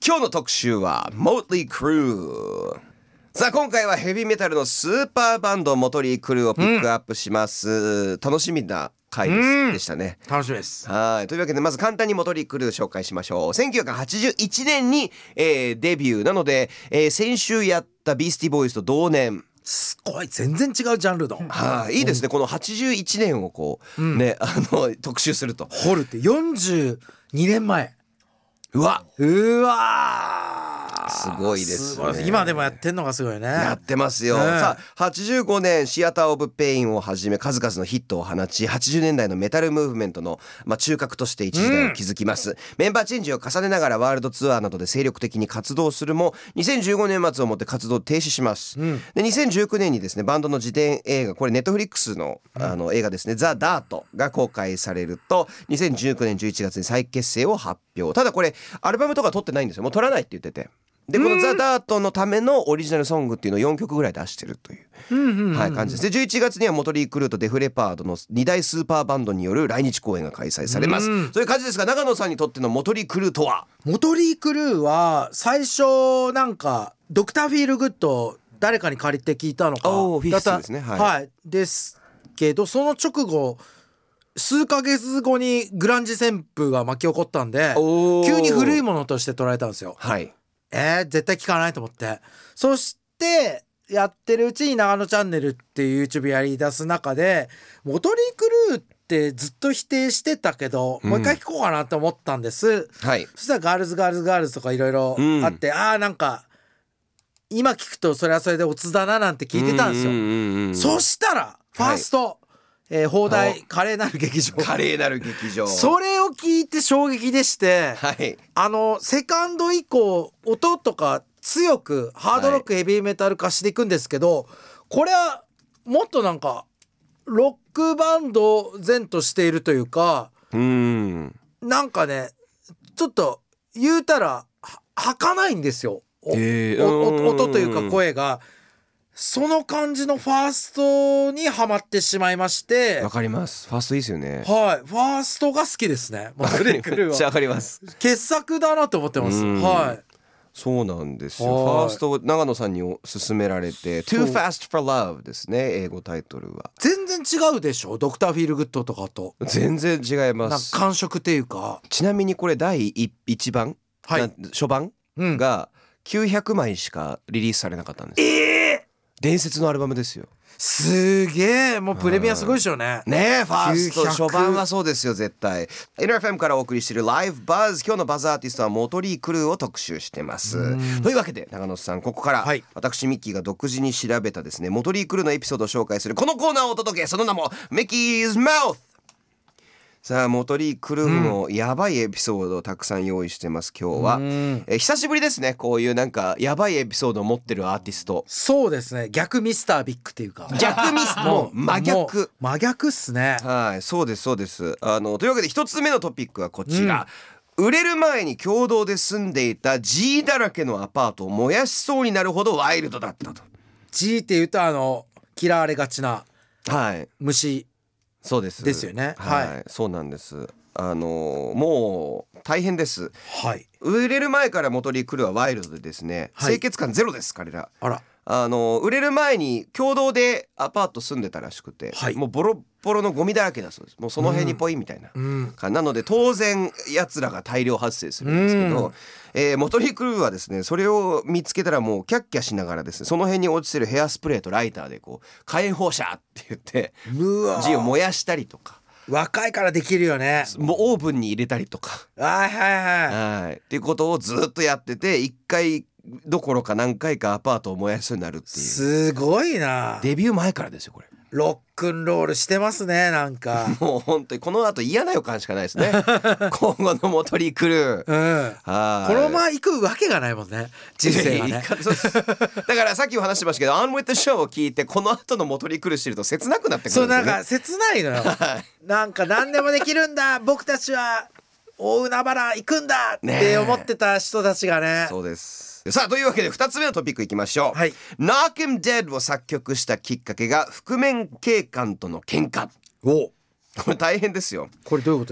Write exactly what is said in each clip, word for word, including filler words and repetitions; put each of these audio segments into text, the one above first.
今日の特集は Motley Crue。さあ今回はヘビーメタルのスーパーバンドモトリークルーをピックアップします、うん、楽しみな回でしたね。 楽しみです。 はい。というわけでまず簡単にモトリークルー紹介しましょう。せんきゅうひゃくはちじゅういちねんに、えー、デビューなので、えー、先週やったビースティボーイズと同年。 すごい全然違うジャンルの。 はい、いいですね。このはちじゅういちねんをこう、うん、ねあの特集すると。 掘るってよんじゅうにねんまえ。 うわうわすごいですね。 今でもやってんのがすごいね。 やってますよ、ね、さあはちじゅうごねんシアターオブペインをはじめ数々のヒットを放ちはちじゅうねんだいのメタルムーブメントの、まあ、中核として一時代を築きます、うん、メンバーチェンジを重ねながらワールドツアーなどで精力的に活動するもにせんじゅうごねん末をもって活動を停止します、うん、でにせんじゅうきゅうねんにですねバンドの自伝映画これネットフリックス の, あの映画ですね、うん、ザ・ダートが公開されるとにせんじゅうきゅうねんじゅういちがつに再結成を発表。ただこれアルバムとか撮ってないんですよ。もう撮らないって言ってて、でこのザ・ダートのためのオリジナルソングっていうのをよんきょくぐらい出してるという、うんうんうんはい、感じです。でじゅういちがつにはモトリークルーとデフレパードのに大スーパーバンドによる来日公演が開催されます、うん、そういう感じですが長野さんにとってのモトリークルーとは？ モトリークルーは最初なんかドクターフィールグッド誰かに借りて聞いたのかおーフィフスですね、はい、 はい、ですけどその直後数ヶ月後にグランジ旋風が巻き起こったんで急に古いものとして捉えたんですよ。 はいえー、絶対聞かないと思って、そしてやってるうちに長野チャンネルっていう YouTube やり出す中でモトリークルーってずっと否定してたけど、うん、もう一回聞こうかなと思ったんです、はい、そしたらガールズガールズガールズとかいろいろあって、うん、あーなんか今聞くとそれはそれでオツだななんて聞いてたんですよ、うんうんうんうん、そしたらファースト、はいえー、放題華麗なる劇場華麗なる劇場それを聞いて衝撃でして、はい、あのセカンド以降音とか強くハードロックヘビーメタル化していくんですけど、はい、これはもっとなんかロックバンド前としているというかうーんなんかねちょっと言うたら儚いんですよ、えー、お音というか声がその感じのファーストにハマってしまいまして。 わかります。ファーストいいですよね。 はいファーストが好きですね。 めっちゃわかります。 傑作だなと思ってます。はいそうなんですよ。ファースト長野さんに勧められて Too Fast for Love ですね英語タイトルは。 全然違うでしょドクターフィールグッドとかと。 全然違います。 なんか感触っていうか。 ちなみにこれだいいちばん、はい、初版がきゅうひゃくまいしかリリースされなかったんです。えー伝説のアルバムですよ。 すげえもうプレミアすごいでしょうね。 ねえファースト初版はそうですよ絶対。 エヌエフエム からお送りしているライブバズ今日のバズアーティストはモトリークルーを特集してますというわけで長野さんここから、はい、私ミッキーが独自に調べたですねモトリークルーのエピソードを紹介するこのコーナーをお届けその名もミッキーズマウス。さあモトリークルーのやばいエピソードをたくさん用意してます今日は、うん、え久しぶりですねこういうなんかやばいエピソードを持ってるアーティスト。 そうですね逆ミスタービッグっていうか逆ミスターもう真逆真逆っすね。 はいそうですそうです。あのというわけで一つ目のトピックはこちら、うん、売れる前に共同で住んでいた G だらけのアパートを燃やしそうになるほどワイルドだったと。 G っていうとあの嫌われがちな虫そうですですよね。 はい、はい、そうなんです。あのもう大変です、 はい、 売れる前からモトリークルーはワイルドでですね、はい、清潔感ゼロです彼ら。 あらあの売れる前に共同でアパート住んでたらしくて、はい、もうボロボロのゴミだらけだそうです。もうその辺にポイみたいな、うん、なので当然やつらが大量発生するんですけど、うんえー、モトリークルーはですねそれを見つけたらもうキャッキャしながらですねその辺に落ちてるヘアスプレーとライターでこう火炎放射って言ってGを燃やしたりとか。 若いからできるよね。 もうオーブンに入れたりとかはいはいはい、 はい、っていうことをずっとやってて一回どころか何回かアパートを燃やしそうになるっていう。 すごいな。 デビュー前からですよこれ。 ロックンロールしてますねなんかもう本当にこの後嫌な予感しかないですね今後のモトリークルー、うん、 はいこのまま行くわけがないもんね人生がねだからさっきも話してましたけど On with the show を聞いてこの後のモトリークルーしてると切なくなってくるんですよね。 そうなんか切ないのよなんか何でもできるんだ僕たちは大海原行くんだって思ってた人たちがね。 そうです。さあというわけでふたつめのトピックいきましょう、はい、Knock Him Dead を作曲したきっかけが覆面警官との喧嘩。おこれ大変ですよ。 これどういうことですか。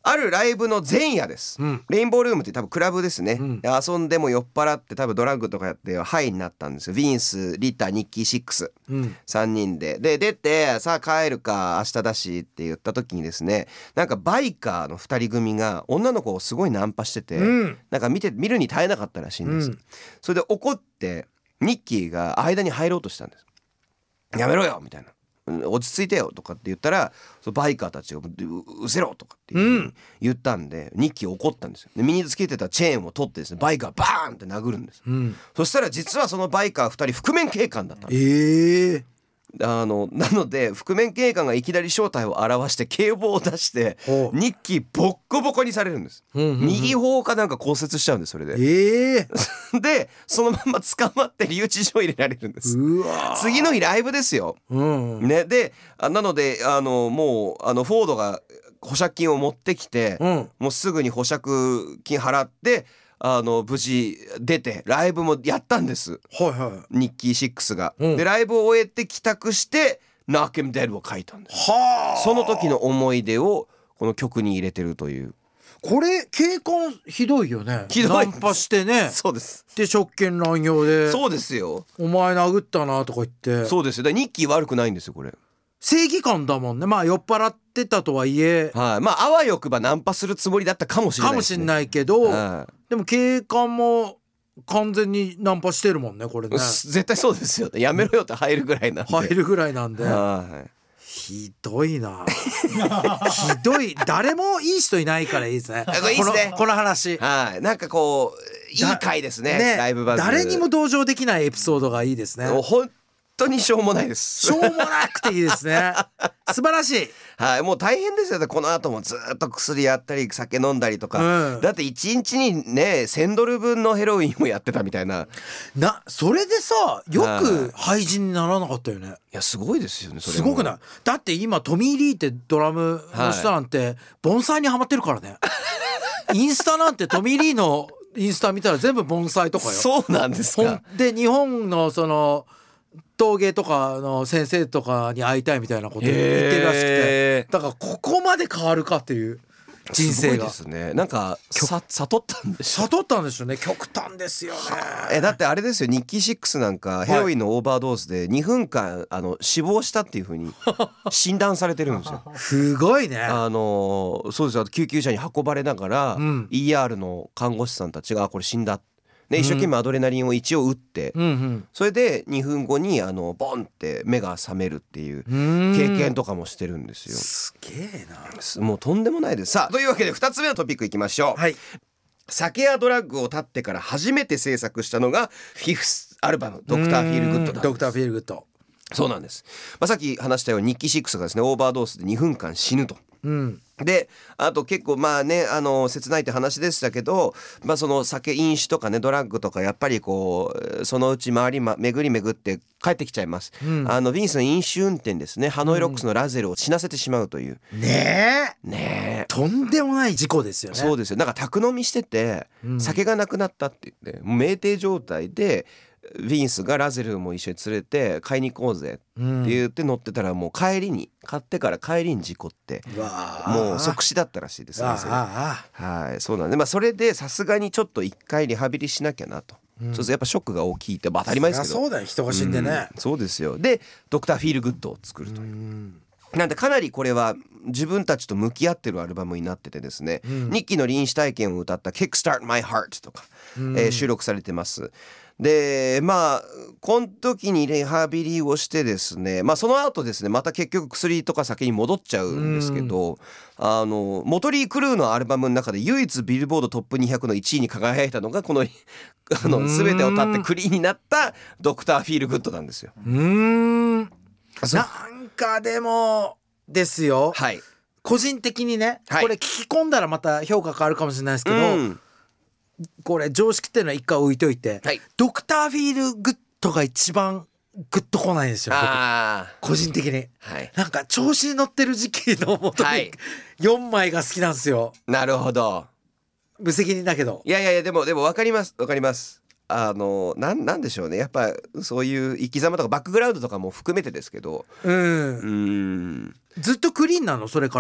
あるライブの前夜です、うん、レインボールームって多分クラブですね、うん、遊んでも酔っ払って多分ドラッグとかやってハイになったんですよ。ヴィンス、リタ、ニッキー、シックス、うん、さんにんでで出てさあ帰るか明日だしって言った時にですね、なんかバイカーのふたり組が女の子をすごいナンパしてて、うん、なんか見て見るに耐えなかったらしいんです、うん、それで怒ってニッキーが間に入ろうとしたんです。やめろよみたいな、落ち着いてよとかって言ったら、そのバイカーたちがうせろとかって言ったんで、うん、ニッキー怒ったんですよ。で身につけてたチェーンを取ってですね、バイカーバーンって殴るんです、うん、そしたら実はそのバイカーふたり覆面警官だったんです。えーあのなので覆面警官がいきなり正体を現して警棒を出してニッキーボッコボコにされるんです、うんうんうん、右方かなんか骨折しちゃうんです。それで、えー、でそのまま捕まって留置所入れられるんです。うわ次の日ライブですよ、うんね、でなのであのもうあのフォードが保釈金を持ってきて、うん、もうすぐに保釈金払ってあの無事出てライブもやったんです、はいはい、ニッキーシックスが、うん、でライブを終えて帰宅してKnock Him Deadを書いたんです。はあ、その時の思い出をこの曲に入れてるという。 これ警官ひどいよね。ひどい。ナンパしてね。 そうです。 で職権乱用で。 そうですよ。 お前殴ったなとか言って。 そうですよ。だからニッキー悪くないんですよこれ。 正義感だもんね。まあ酔っ払ってたとはいえ、 はい、まああわよくばナンパするつもりだったかもしれないですね。 かもしれないけど、はい、でも警官も完全にナンパしてるもんねこれね。 絶対そうですよ。やめろよって入るぐらいなんで。 入るぐらいなんで。はい。ひどいな。ひどい。誰もいい人いないからいいですね。いいですね。この、この話。 はい。なんかこういい回ですね。ね、ライブバズ。 誰にも同情できないエピソードがいいですね。 本当にしょうもないです。 しょうもなくていいですね。素晴らしい。 はい、もう大変ですよ。この後もずっと薬やったり酒飲んだりとか、うん、だっていちにちにねせんドル分のヘロインをやってたみたいな。 なそれでさよく廃人にならなかったよね。 いやすごいですよね。それすごくない？だって今トミー・リーってドラムの人なんて、はい、盆栽にハマってるからね。インスタなんてトミー・リーのインスタ見たら全部盆栽とかよ。 そうなんですか。 で日本のその陶芸とかの先生とかに会いたいみたいなこと言ってるらしくて、だからここまで変わるかっていう人生がすごいですね。なんかさ悟ったんでしょ。 悟ったんでしょうね。極端ですよね。 えだってあれですよ、ニッキーシックスなんかヘロインのオーバードーズでにふんかんあの死亡したっていう風に診断されてるんですよ。 すごいね。 あのそうですよ。救急車に運ばれながら、うん、イーアール の看護師さんたちがこれ死んだで一生懸命アドレナリンを一応打って、うんうん、それでにふんごにあのボンって目が覚めるっていう経験とかもしてるんですよ。 すげえな。もうとんでもないです。さあというわけでふたつめのトピックいきましょう、はい、酒やドラッグを断ってから初めて制作したのがフィフスアルバムドクターフィールグッドなんです。 ドクターフィールグッド。 そうなんです、まあ、さっき話したようにニッキーシックスがですねオーバードースでにふんかん死ぬと、うん、であと結構まあねあの切ないって話でしたけど、まあ、その酒飲酒とかねドラッグとかやっぱりこうそのうち周り、ま、巡り巡って帰ってきちゃいます、うん、あのヴィンスの飲酒運転ですねハノイロックスのラゼルを死なせてしまうという、 うん、ねえねえとんでもない事故ですよね。 そうですよ。なんか宅飲みしてて、うん、酒がなくなったって言ってもう酩酊状態でヴィンスがラゼルも一緒に連れて買いに行こうぜって言って乗ってたらもう帰りに買ってから帰りに事故ってもう即死だったらしいです。はい、そうなんで、まあ、それでさすがにちょっと一回リハビリしなきゃなと、うん、そうするとやっぱショックが大きいって、まあ、当たり前ですけどそうだよ人が死んでね、 うん、そうですよ。でドクターフィールグッドを作るという、うんなんでかなりこれは自分たちと向き合ってるアルバムになっててですね、うん、ニッキーの臨死体験を歌った「Kickstart My Heart」とか、うんえー、収録されてます。でまあこの時にリハビリをしてですね、まあ、その後ですねまた結局薬とか酒に戻っちゃうんですけど、うん、あのモトリー・クルーのアルバムの中で唯一ビルボードトップにひゃくのいちいに輝いたのがこのあの全てを断ってクリーンになったドクターフィールグッドなんですよ。 うーんなんかでもですよ、はい、個人的にね、はい、これ聞き込んだらまた評価変わるかもしれないですけど、うんこれ常識っていうのは一回置いといて、はい、ドクターフィールグッドが一番グッとこないんですよ僕個人的に、はい、なんか調子に乗ってる時期のもとによんまいが好きなんですよ。 なるほど。 無責任だけど。 いやいやいやでもでも分かります分かります。あのな ん, なんでしょうねやっぱそういう生き様とかバックグラウンドとかも含めてですけど、うん、 うんずっとクリーンなのそれから。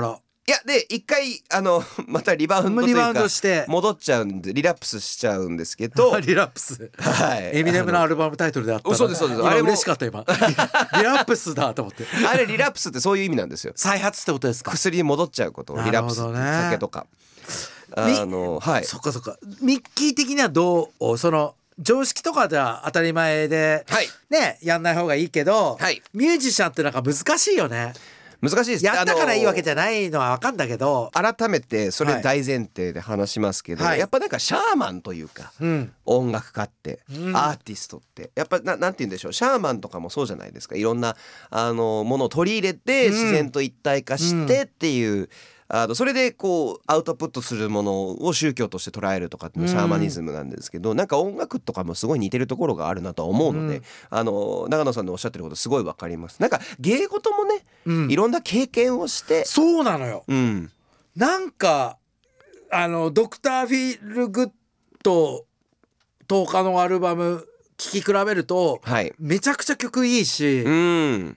いやで一回あのまたリバウンドというかリバウンドして戻っちゃうんでリラップスしちゃうんですけどリラップス、 はい、 エミネムのアルバムタイトルであったらそうですそうです。 今嬉しかった今リラップスだと思ってあれリラップスってそういう意味なんですよ。 再発ってことですか。 薬に戻っちゃうことをリラップスって、ね、酒とかあのはいそっかそっか。ミッキー的にはどうその常識とかでは当たり前で、はい、ねやんない方がいいけど、はい、ミュージシャンってなんか難しいよね。 難しいです。 やったからいいわけじゃないのは分かんだけど、 改めてそれ大前提で話しますけど、はい、やっぱなんかシャーマンというか、うん、音楽家って、うん、アーティストってやっぱ な, なんて言うんでしょう、シャーマンとかもそうじゃないですか。いろんなあのものを取り入れて自然と一体化してっていう、うんうん、あのそれでこうアウトプットするものを宗教として捉えるとかっていうのシャーマニズムなんですけど、うん、なんか音楽とかもすごい似てるところがあるなとは思うので、うん、あの長野さんのおっしゃってることすごい分かります。なんか芸事もね、うん、いろんな経験をしてそうなのよ、 うん、 なんかあのドクター・フィール・グッドとおかのアルバム聴き比べると、はい、めちゃくちゃ曲いいし、うん、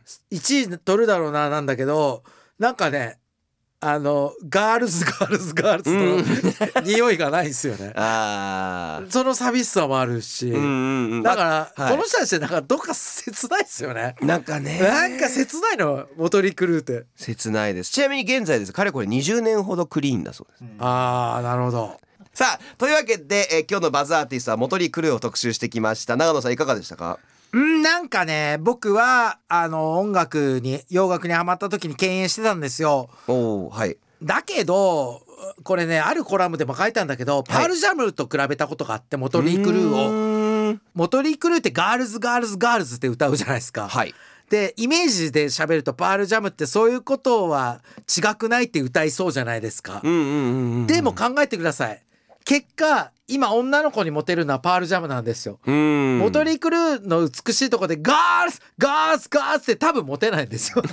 いちい取るだろうななんだけど、なんかねあのガールズガールズガールズの、うん、匂いがないんですよね。あその寂しさもあるし、うんうんうん、だから、はい、この人たちってなんかどっか切ないですよね。 なんかねなんか切ないのモトリー・クルーって切ないです。ちなみに現在ですかれこれにじゅうねんほどクリーンだそうです、うん、 あーなるほど。 さあというわけで、え今日のバズアーティストはモトリー・クルーを特集してきました。長野さんいかがでしたか。 んなんかね僕はあの音楽に洋楽にハマった時に敬遠してたんですよ。 お、はい、 だけどこれねあるコラムでも書いたんだけど、はい、パールジャムと比べたことがあってモトリー・クルーをモトリー・クルーってガールズガールズガールズって歌うじゃないですか、はい、でイメージで喋るとパールジャムってそういうことは違くないって歌いそうじゃないですか、うんうんうんうん、でも考えてください。結果今女の子にモテるのはパールジャムなんですよ。うんモトリー・クルーの美しいとこでガールズガールズガールズって多分モテないんですよ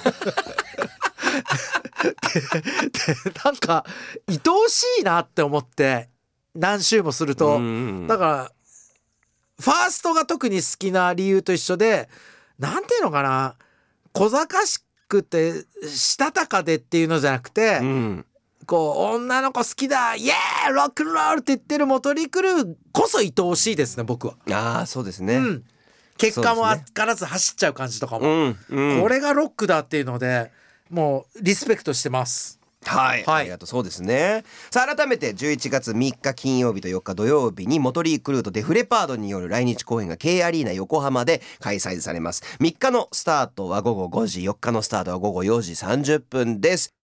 なんか愛おしいなって思って何周もすると、だからファーストが特に好きな理由と一緒で、なんていうのかな、小賢しくてしたたかでっていうのじゃなくて、うん、こう女の子好きだイエーイロックンロールって言ってるモトリー・クルーこそ愛おしいですね僕は。 ああそうですね、うん、 結果もあからず走っちゃう感じとかも、うんうん、これがロックだっていうのでもうリスペクトしてます。 はい、はい、ありがとう。そうですね。さあ改めてじゅういちがつみっか金曜日とよっか土曜日にモトリー・クルーとデフレパードによる来日公演が K アリーナ横浜で開催されます。みっかのスタートはごごごじ、よっかのスタートはごごよじさんじゅっぷんです。